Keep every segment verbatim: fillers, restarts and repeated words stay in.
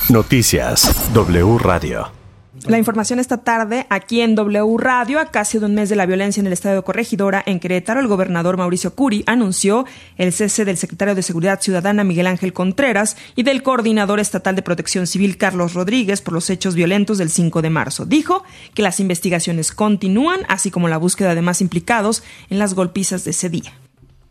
Noticias W Radio. La información esta tarde aquí en W Radio. A casi de un mes de la violencia en el estado de Corregidora, en Querétaro, el gobernador Mauricio Curi anunció el cese del secretario de Seguridad Ciudadana Miguel Ángel Contreras y del coordinador estatal de Protección Civil Carlos Rodríguez por los hechos violentos del cinco de marzo. Dijo que las investigaciones continúan, así como la búsqueda de más implicados en las golpizas de ese día.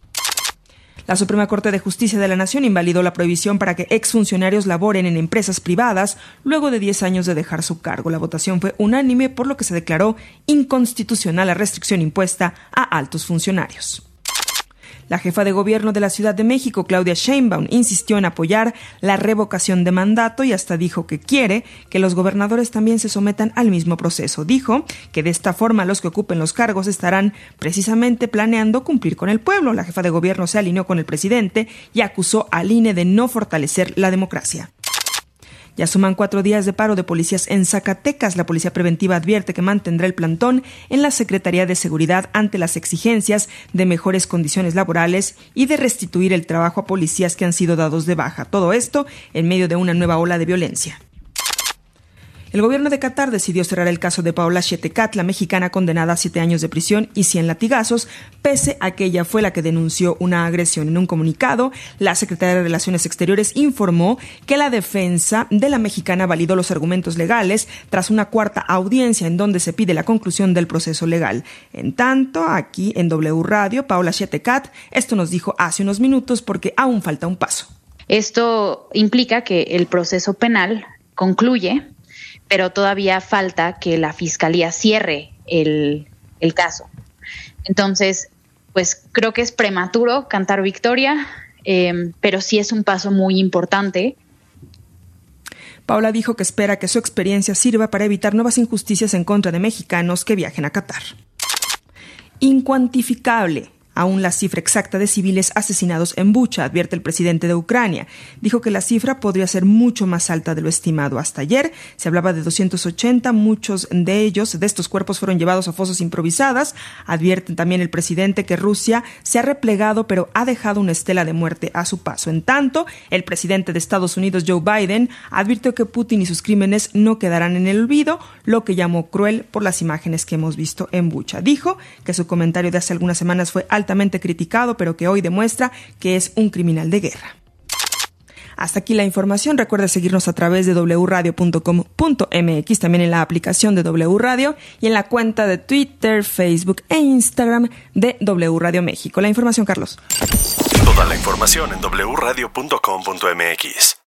La Suprema Corte de Justicia de la Nación invalidó la prohibición para que exfuncionarios laboren en empresas privadas luego de diez años de dejar su cargo. La votación fue unánime, por lo que se declaró inconstitucional la restricción impuesta a altos funcionarios. La jefa de gobierno de la Ciudad de México, Claudia Sheinbaum, insistió en apoyar la revocación de mandato y hasta dijo que quiere que los gobernadores también se sometan al mismo proceso. Dijo que de esta forma los que ocupen los cargos estarán precisamente planeando cumplir con el pueblo. La jefa de gobierno se alineó con el presidente y acusó al I N E de no fortalecer la democracia. Ya suman cuatro días de paro de policías en Zacatecas. La Policía Preventiva advierte que mantendrá el plantón en la Secretaría de Seguridad ante las exigencias de mejores condiciones laborales y de restituir el trabajo a policías que han sido dados de baja. Todo esto en medio de una nueva ola de violencia. El gobierno de Qatar decidió cerrar el caso de Paola Chetecat, la mexicana condenada a siete años de prisión y cien latigazos, pese a que ella fue la que denunció una agresión. En un comunicado, la secretaria de Relaciones Exteriores informó que la defensa de la mexicana validó los argumentos legales tras una cuarta audiencia en donde se pide la conclusión del proceso legal. En tanto, aquí en W Radio, Paola Chetecat, esto nos dijo hace unos minutos porque aún falta un paso. Esto implica que el proceso penal concluye, pero todavía falta que la Fiscalía cierre el, el caso. Entonces, pues creo que es prematuro cantar victoria, eh, pero sí es un paso muy importante. Paola dijo que espera que su experiencia sirva para evitar nuevas injusticias en contra de mexicanos que viajen a Qatar. Incuantificable aún la cifra exacta de civiles asesinados en Bucha, advierte el presidente de Ucrania. Dijo que la cifra podría ser mucho más alta de lo estimado. Hasta ayer se hablaba de doscientos ochenta, muchos de ellos, de estos cuerpos, fueron llevados a fosas improvisadas. Advierte también el presidente que Rusia se ha replegado, pero ha dejado una estela de muerte a su paso. En tanto, el presidente de Estados Unidos, Joe Biden, advirtió que Putin y sus crímenes no quedarán en el olvido, lo que llamó cruel por las imágenes que hemos visto en Bucha. Dijo que su comentario de hace algunas semanas fue altamente altamente criticado, pero que hoy demuestra que es un criminal de guerra. Hasta aquí la información. Recuerda seguirnos a través de doble u radio punto com punto m x, también en la aplicación de W Radio y en la cuenta de Twitter, Facebook e Instagram de W Radio México. La información, Carlos. Toda la información en doble u radio punto com punto m x.